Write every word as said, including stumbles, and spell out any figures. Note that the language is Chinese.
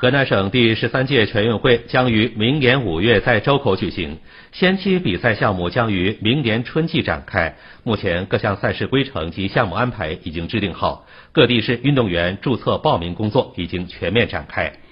河南省第十三届全运会将于明年五月在周口举行，先期比赛项目将于明年春季展开。目前各项赛事规程及项目安排已经制定好，各地市运动员注册报名工作已经全面展开。